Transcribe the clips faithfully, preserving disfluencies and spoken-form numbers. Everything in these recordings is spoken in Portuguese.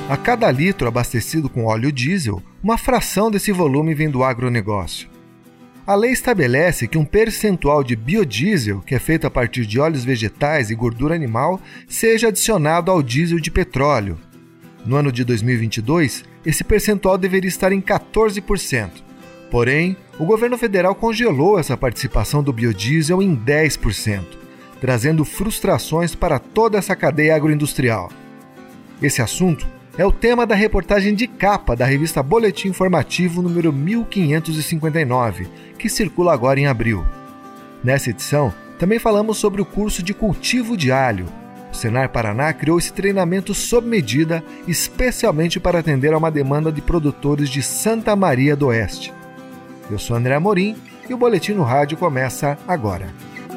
A cada litro abastecido com óleo diesel, uma fração desse volume vem do agronegócio. A lei estabelece que um percentual de biodiesel, que é feito a partir de óleos vegetais e gordura animal, seja adicionado ao diesel de petróleo. No ano de dois mil e vinte e dois, esse percentual deveria estar em quatorze por cento. Porém, o governo federal congelou essa participação do biodiesel em dez por cento, trazendo frustrações para toda essa cadeia agroindustrial. Esse assunto é o tema da reportagem de capa da revista Boletim Informativo número mil quinhentos e cinquenta e nove, que circula agora em abril. Nessa edição, também falamos sobre o curso de cultivo de alho. O Senar Paraná criou esse treinamento sob medida, especialmente para atender a uma demanda de produtores de Santa Maria do Oeste. Eu sou André Amorim e o Boletim no Rádio começa agora.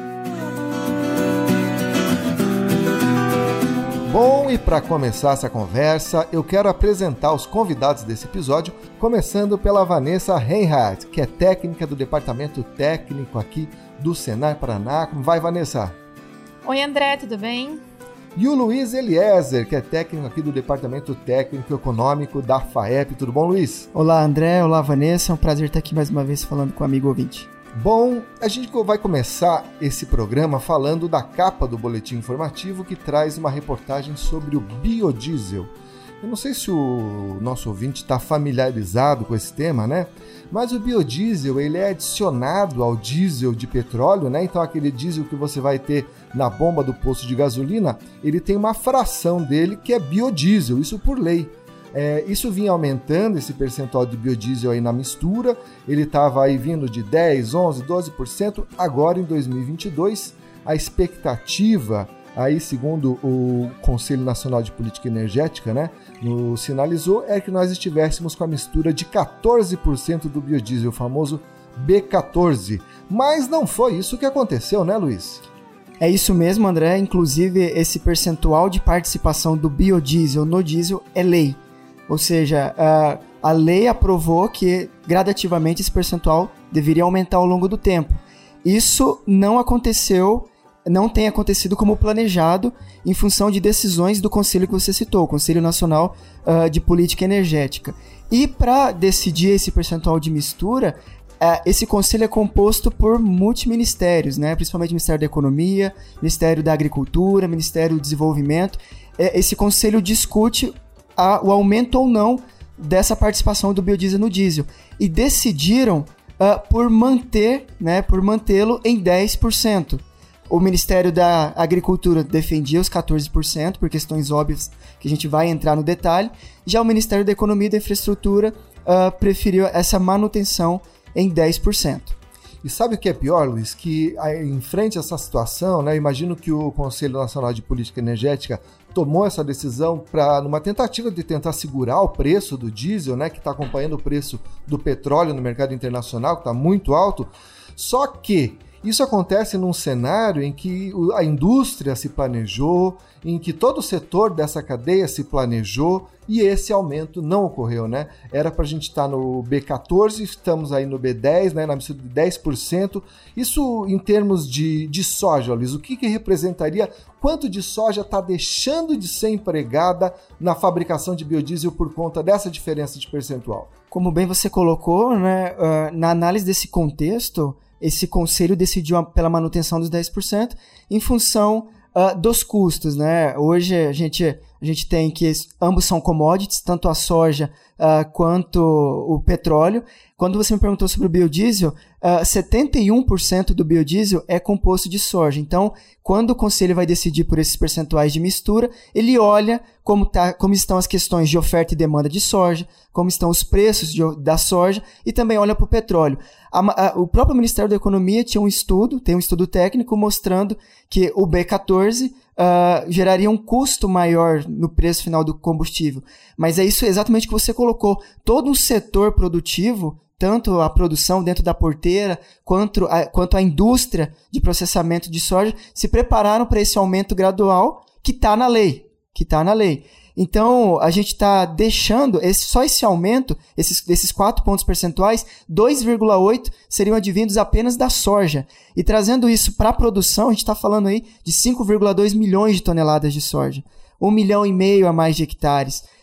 Bom, e para começar essa conversa, eu quero apresentar os convidados desse episódio, começando pela Vanessa Reinhardt, que é técnica do Departamento Técnico aqui do Senar Paraná. Como vai, Vanessa? Oi, André, tudo bem? E o Luiz Eliezer, que é técnico aqui do Departamento Técnico Econômico da FAEP. Tudo bom, Luiz? Olá, André. Olá, Vanessa. É um prazer estar aqui mais uma vez falando com o amigo ouvinte. Bom, a gente vai começar esse programa falando da capa do Boletim Informativo, que traz uma reportagem sobre o biodiesel. Eu não sei se o nosso ouvinte está familiarizado com esse tema, né? Mas o biodiesel, ele é adicionado ao diesel de petróleo, né? Então aquele diesel que você vai ter na bomba do posto de gasolina, ele tem uma fração dele que é biodiesel, isso por lei. É, isso vinha aumentando, esse percentual de biodiesel aí na mistura, ele estava aí vindo de dez, onze, doze por cento, agora em dois mil e vinte e dois, a expectativa, aí segundo o Conselho Nacional de Política Energética, né, no, sinalizou, é que nós estivéssemos com a mistura de quatorze por cento do biodiesel, o famoso B quatorze, mas não foi isso que aconteceu, né, Luiz? É isso mesmo, André, inclusive esse percentual de participação do biodiesel no diesel é lei. Ou seja, a, a lei aprovou que gradativamente esse percentual deveria aumentar ao longo do tempo. Isso não aconteceu, não tem acontecido como planejado em função de decisões do conselho que você citou, o Conselho Nacional uh, de Política Energética. E para decidir esse percentual de mistura, uh, esse conselho é composto por multiministérios, né? Principalmente o Ministério da Economia, Ministério da Agricultura, Ministério do Desenvolvimento. Esse conselho discute A, o aumento ou não dessa participação do biodiesel no diesel. E decidiram uh, por manter, né, por mantê-lo em dez por cento. O Ministério da Agricultura defendia os quatorze por cento, por questões óbvias que a gente vai entrar no detalhe. Já o Ministério da Economia e da Infraestrutura uh, preferiu essa manutenção em dez por cento. E sabe o que é pior, Luiz? Que em frente a essa situação, né, imagino que o Conselho Nacional de Política Energética tomou essa decisão para, numa tentativa de tentar segurar o preço do diesel, né, que está acompanhando o preço do petróleo no mercado internacional, que está muito alto. Só que isso acontece num cenário em que a indústria se planejou, em que todo o setor dessa cadeia se planejou e esse aumento não ocorreu, né? Era para a gente estar no B quatorze, estamos aí no B dez, né, na mistura de dez por cento. Isso em termos de, de soja, Luiz, o que, que representaria? Quanto de soja está deixando de ser empregada na fabricação de biodiesel por conta dessa diferença de percentual? Como bem você colocou, né, uh, na análise desse contexto, esse conselho decidiu pela manutenção dos dez por cento em função uh, dos custos, né? Hoje a gente, a gente tem que ambos são commodities, tanto a soja uh, quanto o petróleo. Quando você me perguntou sobre o biodiesel, uh, setenta e um por cento do biodiesel é composto de soja. Então, quando o conselho vai decidir por esses percentuais de mistura, ele olha como, tá, como estão as questões de oferta e demanda de soja, como estão os preços de, da soja e também olha para o petróleo. A, a, o próprio Ministério da Economia tinha um estudo, tem um estudo técnico mostrando que o B quatorze uh, geraria um custo maior no preço final do combustível. Mas é isso exatamente que você colocou. Todo um setor produtivo, tanto a produção dentro da porteira, quanto a, quanto a indústria de processamento de soja, se prepararam para esse aumento gradual que está na lei. Que está na lei. Então, a gente está deixando, esse, só esse aumento, esses, desses quatro pontos percentuais, dois vírgula oito seriam advindos apenas da soja. E trazendo isso para a produção, a gente está falando aí de cinco vírgula dois milhões de toneladas de soja. Um milhão e meio a mais de hectares.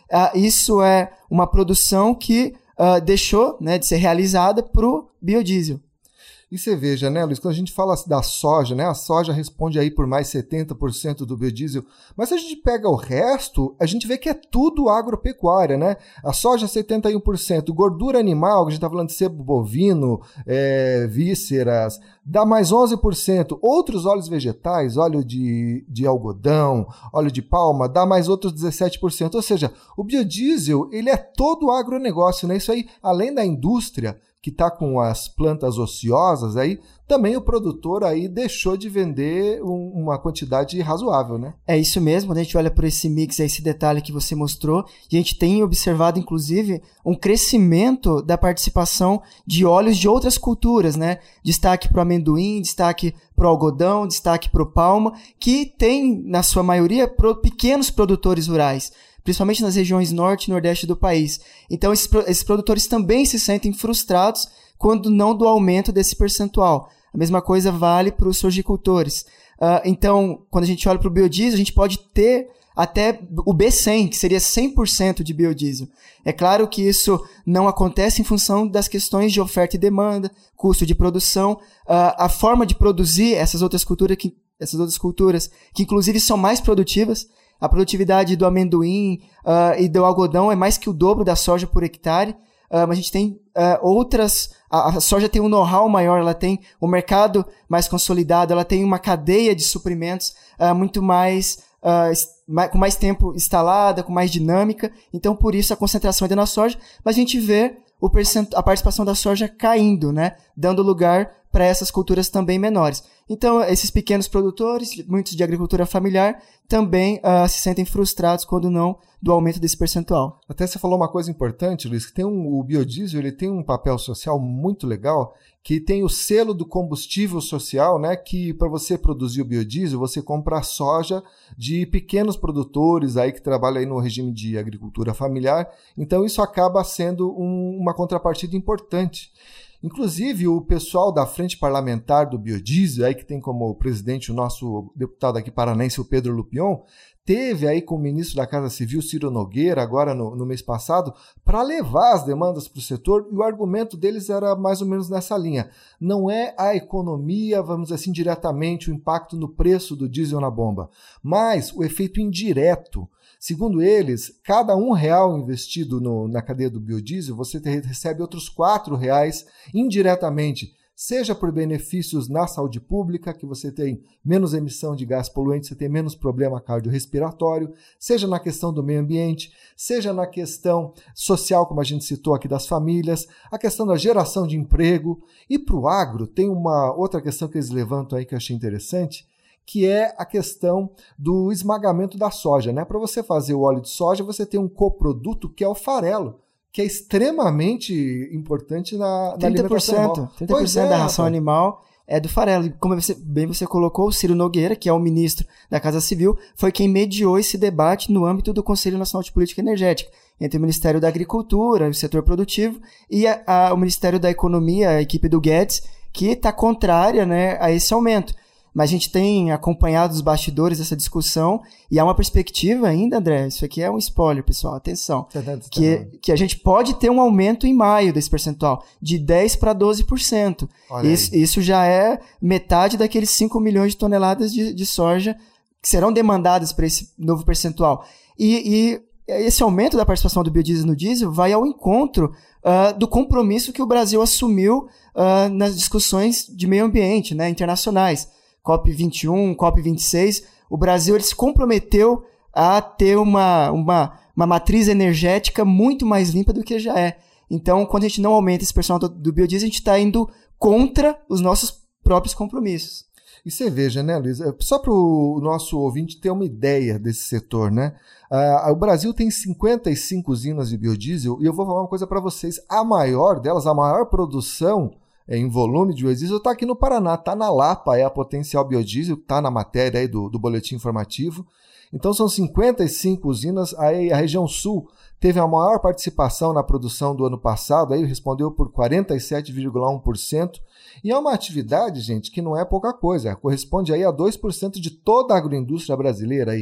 uh, isso é uma produção que uh, deixou, né, de ser realizada para o biodiesel. E você veja, né, Luiz, quando a gente fala da soja, né, a soja responde aí por mais setenta por cento do biodiesel, mas se a gente pega o resto, a gente vê que é tudo agropecuária, né? A soja setenta e um por cento, gordura animal, que a gente está falando de sebo bovino, é, vísceras, dá mais onze por cento. Outros óleos vegetais, óleo de, de algodão, óleo de palma, dá mais outros dezessete por cento. Ou seja, o biodiesel, ele é todo agronegócio, né? Isso aí, além da indústria, que está com as plantas ociosas, aí também o produtor aí deixou de vender um, uma quantidade razoável, né? É isso mesmo, quando a gente olha por esse mix, esse detalhe que você mostrou, a gente tem observado, inclusive, um crescimento da participação de óleos de outras culturas, né? Destaque para o amendoim, destaque para o algodão, destaque para o palma, que tem, na sua maioria, pro, pequenos produtores rurais, principalmente nas regiões norte e nordeste do país. Então, esses, esses produtores também se sentem frustrados quando não do aumento desse percentual. A mesma coisa vale para os sojicultores. Uh, então, quando a gente olha para o biodiesel, a gente pode ter até o B cem, que seria cem por cento de biodiesel. É claro que isso não acontece em função das questões de oferta e demanda, custo de produção, uh, a forma de produzir essas outras culturas, que, essas outras culturas, que inclusive são mais produtivas. A produtividade do amendoim uh, e do algodão é mais que o dobro da soja por hectare, uh, mas a gente tem uh, outras... A, a soja tem um know-how maior, ela tem um mercado mais consolidado, ela tem uma cadeia de suprimentos uh, muito mais, uh, mais... com mais tempo instalada, com mais dinâmica. Então, por isso, a concentração ainda na soja. Mas a gente vê o percent... a participação da soja caindo, né? Dando lugar para essas culturas também menores. Então, esses pequenos produtores, muitos de agricultura familiar, também uh, se sentem frustrados quando não do aumento desse percentual. Até você falou uma coisa importante, Luiz, que tem um, o biodiesel ele tem um papel social muito legal, que tem o selo do combustível social, né, que para você produzir o biodiesel, você compra a soja de pequenos produtores aí que trabalham aí no regime de agricultura familiar. Então, isso acaba sendo um, uma contrapartida importante. Inclusive, o pessoal da Frente Parlamentar do Biodiesel, aí que tem como presidente o nosso deputado aqui paranense, o Pedro Lupion, teve aí com o ministro da Casa Civil, Ciro Nogueira, agora no, no mês passado, para levar as demandas para o setor, e o argumento deles era mais ou menos nessa linha. Não é a economia, vamos dizer assim, diretamente, o impacto no preço do diesel na bomba, mas o efeito indireto. Segundo eles, cada um real investido no, na cadeia do biodiesel, você te, recebe outros quatro reais indiretamente, seja por benefícios na saúde pública, que você tem menos emissão de gás poluente, você tem menos problema cardiorrespiratório, seja na questão do meio ambiente, seja na questão social, como a gente citou aqui, das famílias, a questão da geração de emprego. E para o agro, tem uma outra questão que eles levantam aí que eu achei interessante, que é a questão do esmagamento da soja, né? Para você fazer o óleo de soja, você tem um coproduto que é o farelo, que é extremamente importante na, na alimentação animal. trinta por cento é, da ração rapaz. animal é do farelo. Como você, bem você colocou, o Ciro Nogueira, que é o ministro da Casa Civil, foi quem mediou esse debate no âmbito do Conselho Nacional de Política Energética, entre o Ministério da Agricultura, o setor produtivo, e a, a, o Ministério da Economia, a equipe do Guedes, que está contrária, né, a esse aumento. Mas a gente tem acompanhado os bastidores dessa discussão e há uma perspectiva ainda, André, isso aqui é um spoiler, pessoal, atenção, que, que a gente pode ter um aumento em maio desse percentual, de dez por cento para doze por cento. Isso, isso já é metade daqueles cinco milhões de toneladas de, de soja que serão demandadas para esse novo percentual. E, e esse aumento da participação do biodiesel no diesel vai ao encontro uh, do compromisso que o Brasil assumiu uh, nas discussões de meio ambiente, né, internacionais. COP vinte e um, COP vinte e seis, o Brasil ele se comprometeu a ter uma, uma, uma matriz energética muito mais limpa do que já é. Então, quando a gente não aumenta esse percentual do, do biodiesel, a gente está indo contra os nossos próprios compromissos. E você veja, né, Luiz, só para o nosso ouvinte ter uma ideia desse setor, né? Uh, o Brasil tem cinquenta e cinco usinas de biodiesel e eu vou falar uma coisa para vocês, a maior delas, a maior produção em volume de biodiesel está aqui no Paraná, está na Lapa, é a Potencial Biodiesel, está na matéria aí do, do boletim informativo. Então são cinquenta e cinco usinas, aí a região sul teve a maior participação na produção do ano passado, aí respondeu por quarenta e sete vírgula um por cento, e é uma atividade, gente, que não é pouca coisa, corresponde aí a dois por cento de toda a agroindústria brasileira. Aí.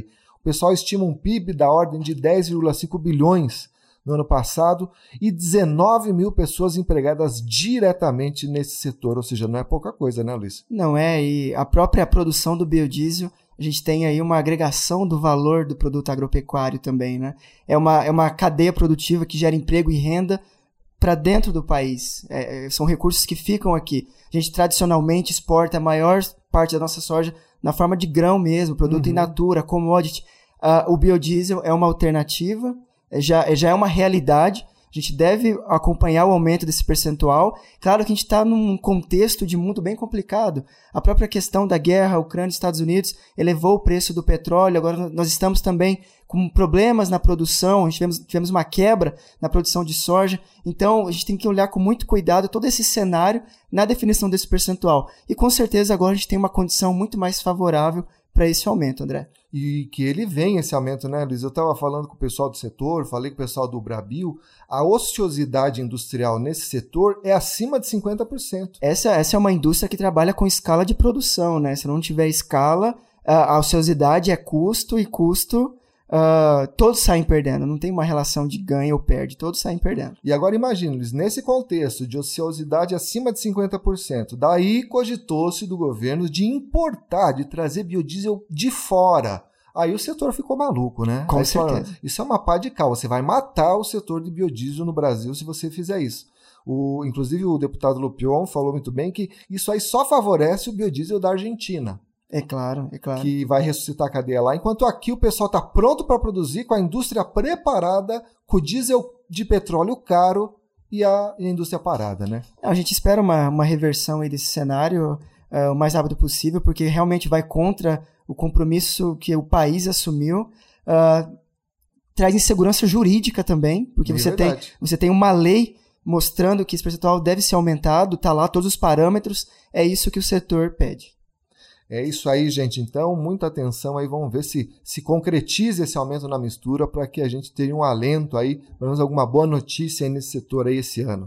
O pessoal estima um P I B da ordem de dez vírgula cinco bilhões no ano passado e dezenove mil pessoas empregadas diretamente nesse setor, ou seja, não é pouca coisa, né, Luiz? Não é, e a própria produção do biodiesel, a gente tem aí uma agregação do valor do produto agropecuário também, né? É uma, é uma cadeia produtiva que gera emprego e renda para dentro do país. É, são recursos que ficam aqui. A gente tradicionalmente exporta a maior parte da nossa soja na forma de grão mesmo, produto Uhum. in natura, commodity. Uh, o biodiesel é uma alternativa, já, já é uma realidade. A gente deve acompanhar o aumento desse percentual. Claro que a gente está num contexto de mundo bem complicado. A própria questão da guerra, Ucrânia e Estados Unidos, elevou o preço do petróleo. Agora nós estamos também com problemas na produção. A gente tivemos, tivemos uma quebra na produção de soja. Então, a gente tem que olhar com muito cuidado todo esse cenário na definição desse percentual. E com certeza agora a gente tem uma condição muito mais favorável para esse aumento, André. E que ele vem, esse aumento, né, Luiz? Eu estava falando com o pessoal do setor, falei com o pessoal do Brabil, a ociosidade industrial nesse setor é acima de cinquenta por cento. Essa, essa é uma indústria que trabalha com escala de produção, né? Se não tiver escala, a, a ociosidade é custo e custo... Uh, todos saem perdendo, não tem uma relação de ganho ou perde, todos saem perdendo. E agora imagine, Luiz, nesse contexto de ociosidade acima de cinquenta por cento, daí cogitou-se do governo de importar, de trazer biodiesel de fora. Aí o setor ficou maluco, né? Com Aí certeza. Fala, isso é uma pá de cal, você vai matar o setor de biodiesel no Brasil se você fizer isso. O, inclusive o deputado Lupion falou muito bem que isso aí só favorece o biodiesel da Argentina. É claro, é claro. Que vai ressuscitar a cadeia lá, enquanto aqui o pessoal está pronto para produzir, com a indústria preparada, com o diesel de petróleo caro e a, e a indústria parada, né? A gente espera uma, uma reversão aí desse cenário uh, o mais rápido possível, porque realmente vai contra o compromisso que o país assumiu. Uh, traz insegurança jurídica também, porque É você tem, você tem uma lei mostrando que esse percentual deve ser aumentado, está lá todos os parâmetros, é isso que o setor pede. É isso aí, gente. Então, muita atenção aí. Vamos ver se se concretiza esse aumento na mistura para que a gente tenha um alento aí, pelo menos alguma boa notícia aí nesse setor aí esse ano.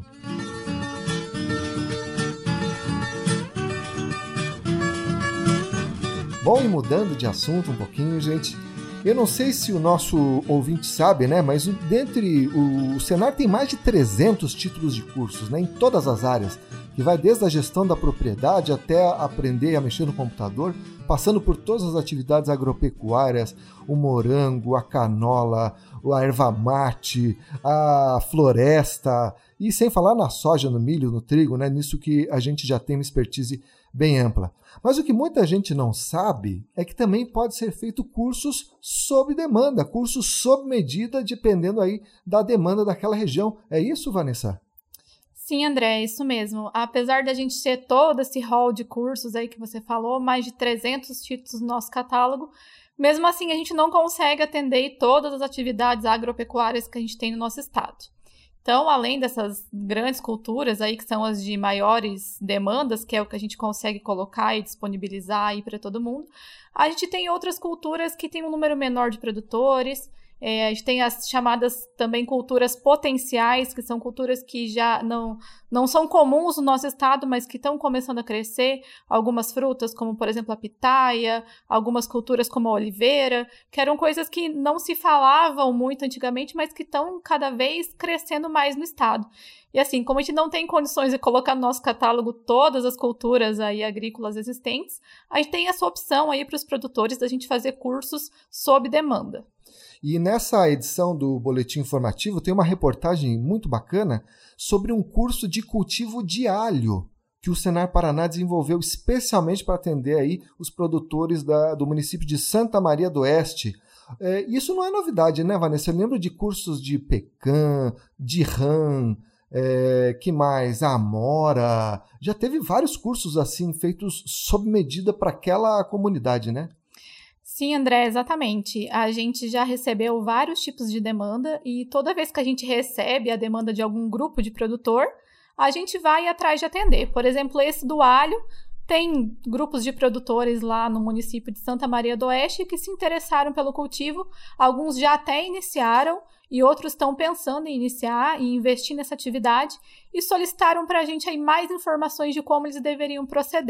Bom, e mudando de assunto um pouquinho, gente, eu não sei se o nosso ouvinte sabe, né, mas dentre o, o Senar tem mais de trezentos títulos de cursos, né, em todas as áreas, que vai desde a gestão da propriedade até aprender a mexer no computador, passando por todas as atividades agropecuárias, o morango, a canola, a erva mate, a floresta, e sem falar na soja, no milho, no trigo, né, nisso que a gente já tem uma expertise bem ampla. Mas o que muita gente não sabe é que também pode ser feito cursos sob demanda, cursos sob medida, dependendo aí da demanda daquela região. É isso, Vanessa? Sim, André, é isso mesmo. Apesar da gente ter todo esse hall de cursos aí que você falou, mais de trezentos títulos no nosso catálogo, mesmo assim a gente não consegue atender todas as atividades agropecuárias que a gente tem no nosso estado. Então, além dessas grandes culturas aí, que são as de maiores demandas, que é o que a gente consegue colocar e disponibilizar aí para todo mundo, a gente tem outras culturas que têm um número menor de produtores. É, a gente tem as chamadas também culturas potenciais, que são culturas que já não, não são comuns no nosso estado, mas que estão começando a crescer. Algumas frutas, como por exemplo a pitaia, algumas culturas como a oliveira, que eram coisas que não se falavam muito antigamente, mas que estão cada vez crescendo mais no estado. E assim, como a gente não tem condições de colocar no nosso catálogo todas as culturas aí agrícolas existentes, a gente tem essa opção aí para os produtores da gente fazer cursos sob demanda. E nessa edição do Boletim Informativo tem uma reportagem muito bacana sobre um curso de cultivo de alho que o Senar Paraná desenvolveu especialmente para atender aí os produtores da, do município de Santa Maria do Oeste. É, isso não é novidade, né, Vanessa? Eu lembro de cursos de pecan, de rã, é, que mais? Amora. Já teve vários cursos assim feitos sob medida para aquela comunidade, né? Sim, André, exatamente. A gente já recebeu vários tipos de demanda e toda vez que a gente recebe a demanda de algum grupo de produtor, a gente vai atrás de atender. Por exemplo, esse do alho, tem grupos de produtores lá no município de Santa Maria do Oeste que se interessaram pelo cultivo. Alguns já até iniciaram e outros estão pensando em iniciar e investir nessa atividade e solicitaram para a gente aí mais informações de como eles deveriam proceder.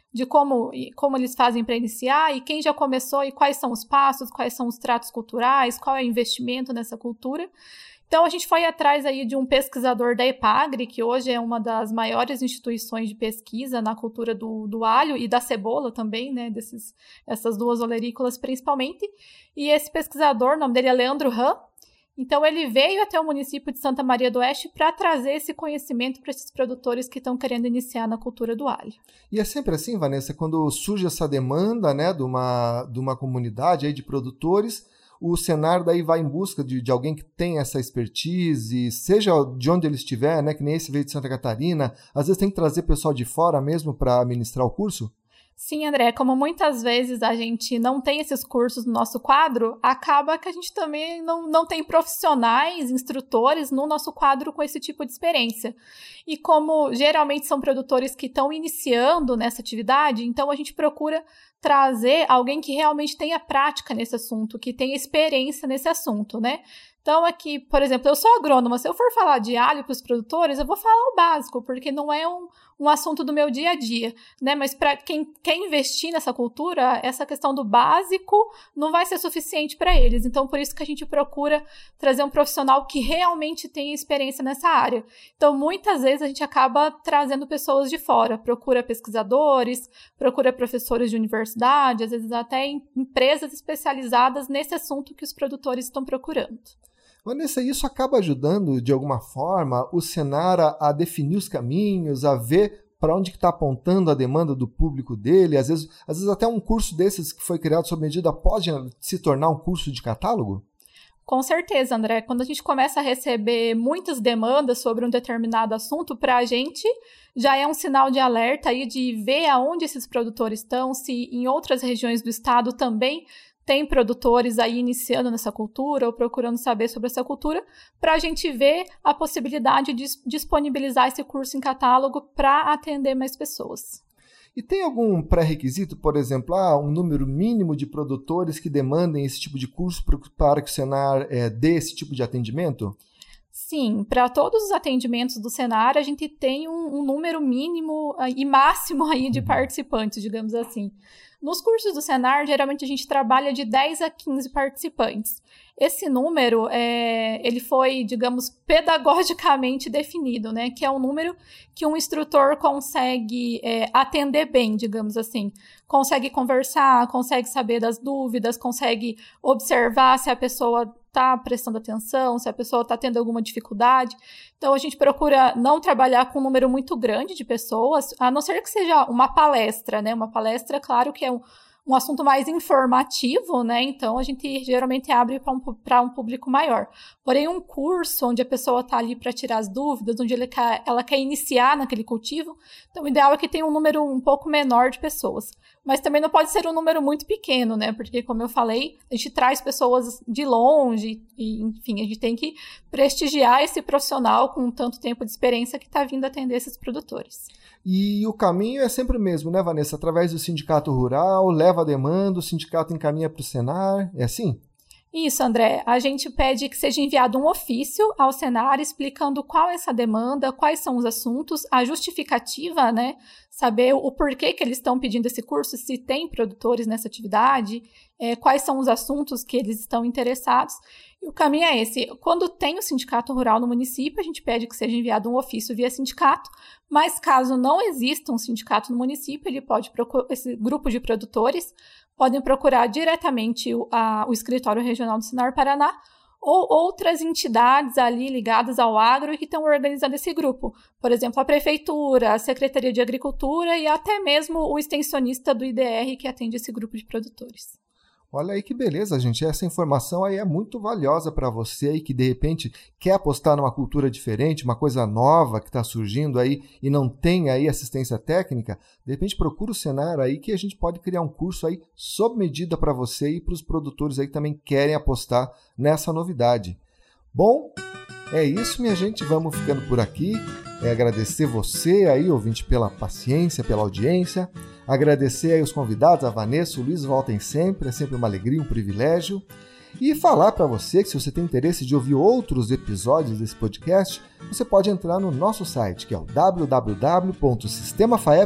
de como, como eles fazem para iniciar e quem já começou e quais são os passos, quais são os tratos culturais, qual é o investimento nessa cultura. Então, a gente foi atrás aí de um pesquisador da EPAGRE, que hoje é uma das maiores instituições de pesquisa na cultura do, do alho e da cebola também, né, desses, essas duas olerícolas principalmente. E esse pesquisador, o nome dele é Leandro Ram. Então, ele veio até o município de Santa Maria do Oeste para trazer esse conhecimento para esses produtores que estão querendo iniciar na cultura do alho. E é sempre assim, Vanessa, quando surge essa demanda, né, de uma, de uma comunidade aí de produtores, o Senar daí vai em busca de, de alguém que tem essa expertise, seja de onde ele estiver, né, que nem esse veio de Santa Catarina, às vezes tem que trazer pessoal de fora mesmo para ministrar o curso? Sim, André, como muitas vezes a gente não tem esses cursos no nosso quadro, acaba que a gente também não, não tem profissionais, instrutores no nosso quadro com esse tipo de experiência. E como geralmente são produtores que estão iniciando nessa atividade, então a gente procura trazer alguém que realmente tenha prática nesse assunto, que tenha experiência nesse assunto, né? Então, aqui, por exemplo, eu sou agrônoma, se eu for falar de alho para os produtores, eu vou falar o básico, porque não é um, um assunto do meu dia a dia, né? Mas para quem quer investir nessa cultura, essa questão do básico não vai ser suficiente para eles. Então, por isso que a gente procura trazer um profissional que realmente tenha experiência nessa área. Então, muitas vezes a gente acaba trazendo pessoas de fora, procura pesquisadores, procura professores de universidade, às vezes até empresas especializadas nesse assunto que os produtores estão procurando. Vanessa, isso acaba ajudando, de alguma forma, o Senar a, a definir os caminhos, a ver para onde está apontando a demanda do público dele? Às vezes, às vezes até um curso desses que foi criado sob medida pode se tornar um curso de catálogo? Com certeza, André. Quando a gente começa a receber muitas demandas sobre um determinado assunto, para a gente já é um sinal de alerta aí de ver aonde esses produtores estão, se em outras regiões do estado também tem produtores aí iniciando nessa cultura ou procurando saber sobre essa cultura, para a gente ver a possibilidade de disponibilizar esse curso em catálogo para atender mais pessoas. E tem algum pré-requisito, por exemplo, ah, um número mínimo de produtores que demandem esse tipo de curso para que o Senar é, dê esse tipo de atendimento? Sim, para todos os atendimentos do Senar, a gente tem um, um número mínimo e máximo aí de participantes, digamos assim. Nos cursos do Senar, geralmente a gente trabalha de dez a quinze participantes. Esse número, é, ele foi, digamos, pedagogicamente definido, né? Que é um número que um instrutor consegue é, atender bem, digamos assim. Consegue conversar, consegue saber das dúvidas, consegue observar se a pessoa está prestando atenção, se a pessoa está tendo alguma dificuldade. Então, a gente procura não trabalhar com um número muito grande de pessoas, a não ser que seja uma palestra, né? Uma palestra, claro que é um, um assunto mais informativo, né? Então, a gente geralmente abre para um, para um público maior. Porém, um curso onde a pessoa está ali para tirar as dúvidas, onde ele quer, ela quer iniciar naquele cultivo, então o ideal é que tenha um número um pouco menor de pessoas. Mas também não pode ser um número muito pequeno, né? Porque, como eu falei, a gente traz pessoas de longe e, enfim, a gente tem que prestigiar esse profissional com tanto tempo de experiência que está vindo atender esses produtores. E o caminho é sempre o mesmo, né, Vanessa? Através do sindicato rural, leva a demanda, o sindicato encaminha para o Senar, é assim? Isso, André. A gente pede que seja enviado um ofício ao Senar explicando qual é essa demanda, quais são os assuntos, a justificativa, né? Saber o porquê que eles estão pedindo esse curso, se tem produtores nessa atividade, é, quais são os assuntos que eles estão interessados. E o caminho é esse. Quando tem o sindicato rural no município, a gente pede que seja enviado um ofício via sindicato, mas caso não exista um sindicato no município, ele pode procurar, esse grupo de produtores podem procurar diretamente o, a, o escritório regional do Senar Paraná ou outras entidades ali ligadas ao agro e que estão organizando esse grupo. Por exemplo, a Prefeitura, a Secretaria de Agricultura e até mesmo o extensionista do I D R que atende esse grupo de produtores. Olha aí que beleza, gente. Essa informação aí é muito valiosa para você aí que de repente quer apostar numa cultura diferente, uma coisa nova que está surgindo aí e não tem aí assistência técnica. De repente procura o Senar aí que a gente pode criar um curso aí sob medida para você e para os produtores aí que também querem apostar nessa novidade. Bom, é isso, minha gente. Vamos ficando por aqui. É agradecer você aí, ouvinte, pela paciência, pela audiência. Agradecer aí os convidados, a Vanessa, o Luiz, voltem sempre, é sempre uma alegria, um privilégio. E falar para você que se você tem interesse de ouvir outros episódios desse podcast, você pode entrar no nosso site, que é o w w w ponto sistema faep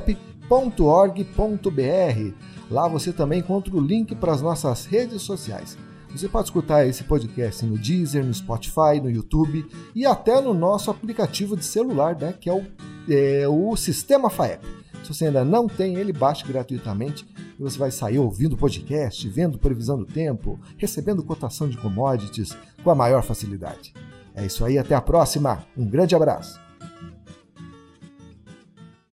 ponto org ponto b r. Lá você também encontra o link para as nossas redes sociais. Você pode escutar esse podcast no Deezer, no Spotify, no YouTube e até no nosso aplicativo de celular, né, que é o, é, o Sistema FAEP. Se você ainda não tem ele, baixe gratuitamente e você vai sair ouvindo podcast, vendo previsão do tempo, recebendo cotação de commodities com a maior facilidade. É isso aí, até a próxima. Um grande abraço.